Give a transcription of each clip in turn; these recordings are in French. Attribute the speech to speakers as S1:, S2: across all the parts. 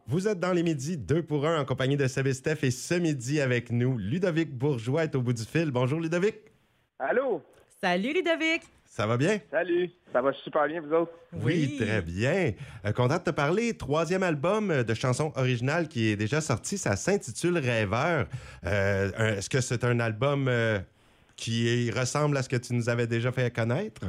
S1: Vous êtes dans les midis 2 pour 1 en compagnie de Seb et Steph et ce midi avec nous, Ludovic Bourgeois est au bout du fil. Bonjour Ludovic.
S2: Allô?
S3: Salut Ludovic!
S1: Ça va bien?
S2: Salut! Ça va super bien, vous autres?
S1: Oui, très bien. Content de te parler. 3e album de chansons originales qui est déjà sorti. Ça s'intitule Rêveur. Est-ce que c'est un album qui ressemble à ce que tu nous avais déjà fait connaître?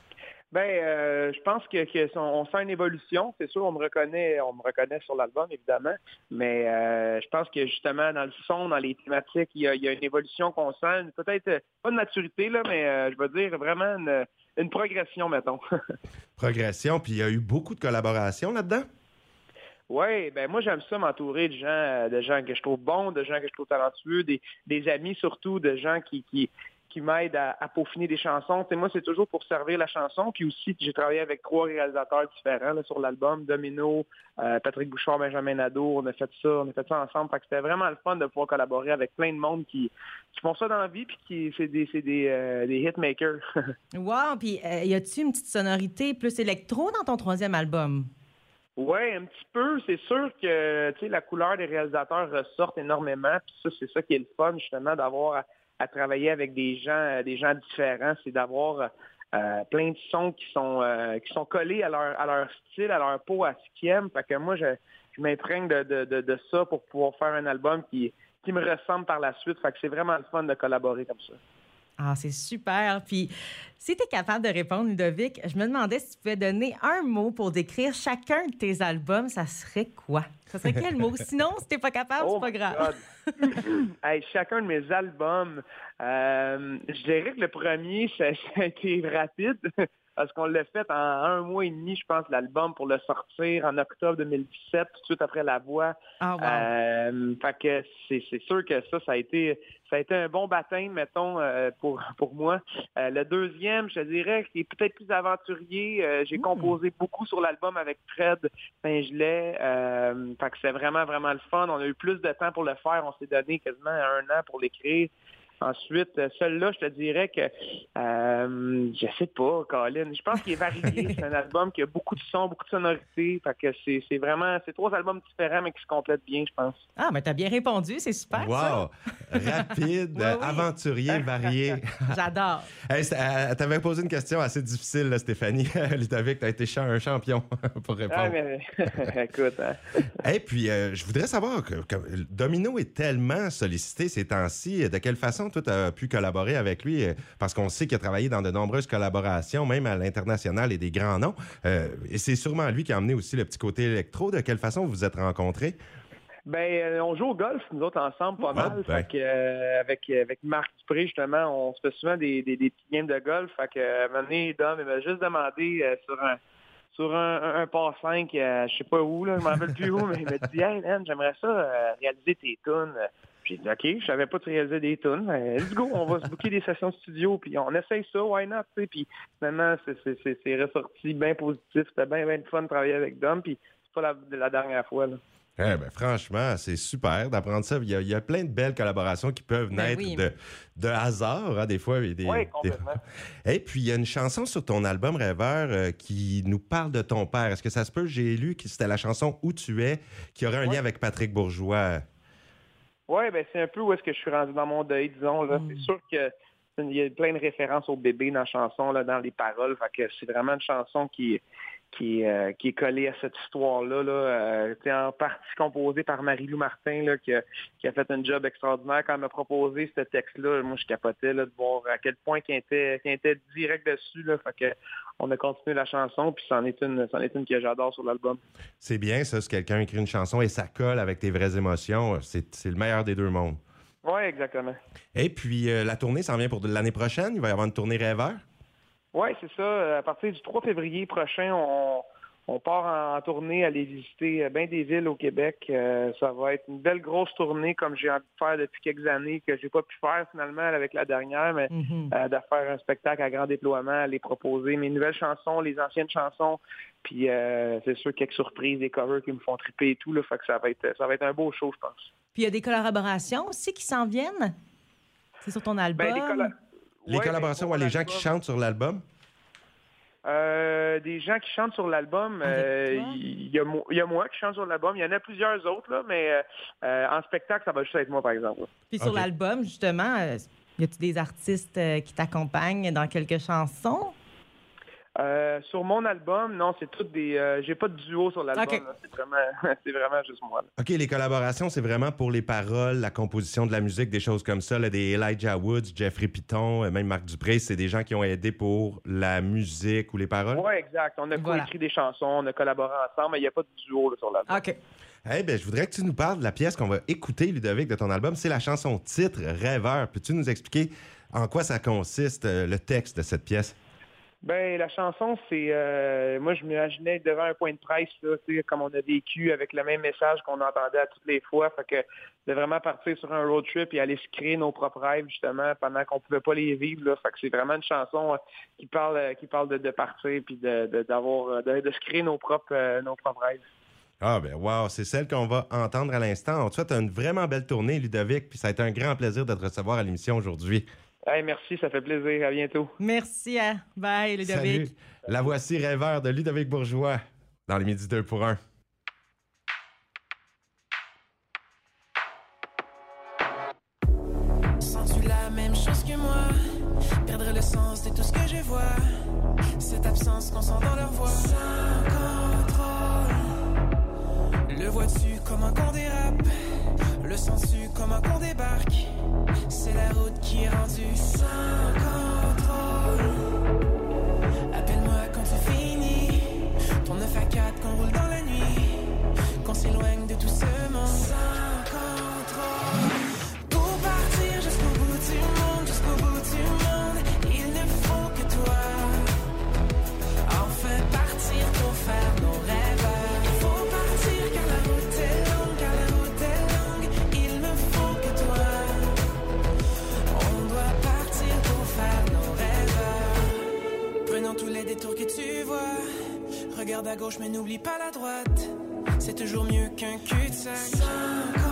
S2: Je pense que on sent une évolution. C'est sûr, on me reconnaît sur l'album, évidemment. Mais je pense que justement, dans le son, dans les thématiques, il y a une évolution qu'on sent. Peut-être pas de maturité, là, mais je veux dire vraiment une progression, mettons.
S1: Progression, puis il y a eu beaucoup de collaborations là-dedans?
S2: Oui, moi j'aime ça m'entourer de gens que je trouve bons, de gens que je trouve talentueux, des amis surtout, de gens qui m'aident à peaufiner des chansons. Moi, c'est toujours pour servir la chanson. Puis aussi, j'ai travaillé avec 3 réalisateurs différents là, sur l'album. Domino, Patrick Bouchard, Benjamin Nadeau. On a fait ça ensemble. Fait que c'était vraiment le fun de pouvoir collaborer avec plein de monde qui font ça dans la vie puis c'est des hitmakers.
S3: Wow! Puis, y a-tu une petite sonorité plus électro dans ton 3e album?
S2: Oui, un petit peu. C'est sûr que la couleur des réalisateurs ressortent énormément. Puis ça, c'est ça qui est le fun, justement, d'avoir à travailler avec des gens différents, c'est d'avoir plein de sons qui sont collés à leur style, à leur peau, à ce qu'ils aiment. Fait que moi, je m'imprègne de ça pour pouvoir faire un album qui me ressemble par la suite. Fait que c'est vraiment le fun de collaborer comme ça.
S3: Ah, c'est super. Puis, si tu es capable de répondre, Ludovic, je me demandais si tu pouvais donner un mot pour décrire chacun de tes albums, ça serait quoi? Ça serait quel mot? Sinon, si t'es pas capable, c'est pas grave.
S2: Hey, chacun de mes albums, je dirais que le premier, ça a été rapide. Parce qu'on l'a fait en 1 mois et demi, je pense, l'album pour le sortir en octobre 2017, tout de suite après La Voix.
S3: Ah, wow.
S2: Fait que c'est sûr que ça a été un bon baptême, mettons, pour moi. Le deuxième, je dirais qu'il est peut-être plus aventurier. J'ai composé beaucoup sur l'album avec Fred Saint-Gelais. Fait que c'est vraiment, vraiment le fun. On a eu plus de temps pour le faire. On s'est donné quasiment 1 an pour l'écrire. Ensuite, celui-là, je te dirais que, je sais pas, Colin, je pense qu'il est varié. C'est un album qui a beaucoup de sons, beaucoup de sonorités. Fait que c'est vraiment, c'est 3 albums différents, mais qui se complètent bien, je pense.
S3: Ah, mais t'as bien répondu, c'est super,
S1: wow. Ça. Rapide, oui. Aventurier, varié.
S3: J'adore.
S1: Hey, t'avais posé une question assez difficile, là, Stéphanie. Ludovic, t'as été un champion pour répondre.
S2: Ah, mais écoute. Hein.
S1: Et puis, je voudrais savoir que Domino est tellement sollicité ces temps-ci. De quelle façon toi, tu as pu collaborer avec lui? Parce qu'on sait qu'il a travaillé dans de nombreuses collaborations, même à l'international et des grands noms. Et c'est sûrement lui qui a emmené aussi le petit côté électro. De quelle façon vous vous êtes rencontrés?
S2: On joue au golf, nous autres, ensemble, pas mal. Fait que, avec Marc Dupré, justement, on se fait souvent des petits games de golf. Fait que, à un moment donné, Dom, il m'a juste demandé sur un par 5, je sais pas où, là, je m'en rappelle plus où, mais il m'a dit « Hey, man, j'aimerais ça réaliser tes tunes. » J'ai dit « OK, je savais pas de réaliser des tunes. Let's go, on va se booker des sessions studio, puis on essaye ça, why not? » Puis finalement, c'est ressorti bien positif. C'était bien le fun de travailler avec Dom, puis c'est pas la dernière fois, là.
S1: Franchement, c'est super d'apprendre ça. Il y a plein de belles collaborations qui peuvent naître de hasard, hein, des fois.
S2: Oui, complètement.
S1: Et puis, il y a une chanson sur ton album Rêveur qui nous parle de ton père. Est-ce que ça se peut? J'ai lu que c'était la chanson Où tu es, qui aurait un lien avec Patrick Bourgeois.
S2: Oui, c'est un peu où est-ce que je suis rendu dans mon deuil, disons. Là. C'est sûr que il y a plein de références au bébé dans la chanson, là, dans les paroles. Fait que c'est vraiment une chanson qui est collée à cette histoire-là. Là, en partie composée par Marie-Lou Martin, là, qui a fait un job extraordinaire. Quand elle m'a proposé ce texte-là, moi, je capotais là, de voir à quel point qu'il était direct dessus. Là, fait que on a continué la chanson, puis c'en est une que j'adore sur l'album.
S1: C'est bien, ça, si quelqu'un écrit une chanson et ça colle avec tes vraies émotions, c'est le meilleur des deux mondes.
S2: Oui, exactement.
S1: Et puis, la tournée s'en vient pour l'année prochaine. Il va y avoir une tournée Rêveur.
S2: Oui, c'est ça. À partir du 3 février prochain, on part en tournée, aller visiter bien des villes au Québec. Ça va être une belle grosse tournée comme j'ai envie de faire depuis quelques années, que j'ai pas pu faire finalement avec la dernière, mais de faire un spectacle à grand déploiement, aller proposer mes nouvelles chansons, les anciennes chansons, puis c'est sûr quelques surprises, des covers qui me font triper et tout. Là, fait que ça va être un beau show, je pense.
S3: Puis il y a des collaborations aussi qui s'en viennent? C'est sur ton album?
S1: Les collaborations, les gens qui chantent sur l'album?
S2: Des gens qui chantent sur l'album, il y a moi qui chante sur l'album. Il y en a plusieurs autres, là, mais en spectacle, ça va juste être moi, par exemple.
S3: Puis sur l'album, justement, y a-tu des artistes qui t'accompagnent dans quelques chansons?
S2: Sur mon album, non, c'est toutes des... j'ai pas de duo sur l'album.
S3: Okay.
S2: C'est vraiment juste moi. Là.
S1: OK, les collaborations, c'est vraiment pour les paroles, la composition de la musique, des choses comme ça. Là, des Elijah Woods, Jeffrey Piton, même Marc Dupré, c'est des gens qui ont aidé pour la musique ou les paroles?
S2: Oui, exact. On a coécrit des chansons, on a collaboré ensemble, mais il n'y a pas de duo là, sur l'album.
S3: OK.
S1: Je voudrais que tu nous parles de la pièce qu'on va écouter, Ludovic, de ton album. C'est la chanson titre, Rêveur. Peux-tu nous expliquer en quoi ça consiste, le texte de cette pièce?
S2: Ben la chanson, c'est moi je m'imaginais devant un point de presse, là, comme on a vécu avec le même message qu'on entendait à toutes les fois. Fait que de vraiment partir sur un road trip et aller se créer nos propres rêves, justement, pendant qu'on pouvait pas les vivre. Là. Fait que c'est vraiment une chanson qui parle de partir puis de se créer nos propres rêves.
S1: Ah ben wow, c'est celle qu'on va entendre à l'instant. On te souhaite une vraiment belle tournée, Ludovic, puis ça a été un grand plaisir de te recevoir à l'émission aujourd'hui.
S2: Hey, merci, ça fait plaisir. À bientôt.
S3: Merci. Bye, Ludovic.
S1: Salut. La voici Rêveur de Ludovic Bourgeois dans les Midi 2 pour 1.
S4: Sens-tu la même chose que moi? Perdre le sens de tout ce que je vois. Cette absence qu'on sent dans leur voix. Sans contrôle. Le vois-tu comment qu'on dérape? Le sens-tu comment qu'on débarque? C'est la route qui est rendue sans contrôle. Appelle-moi quand tu finis. Ton 9 à 4 qu'on roule dans la nuit. Qu'on s'éloigne de tout ce monde sans contrôle. Pour partir jusqu'au bout du monde, il ne faut que toi. Enfin partir pour faire nos rêves. Il faut partir car la route est longue, il ne faut que toi. On doit partir pour faire nos rêves. Prenons tous les détours que tu vois. Regarde à gauche mais n'oublie pas la droite. C'est toujours mieux qu'un cul-de-sac.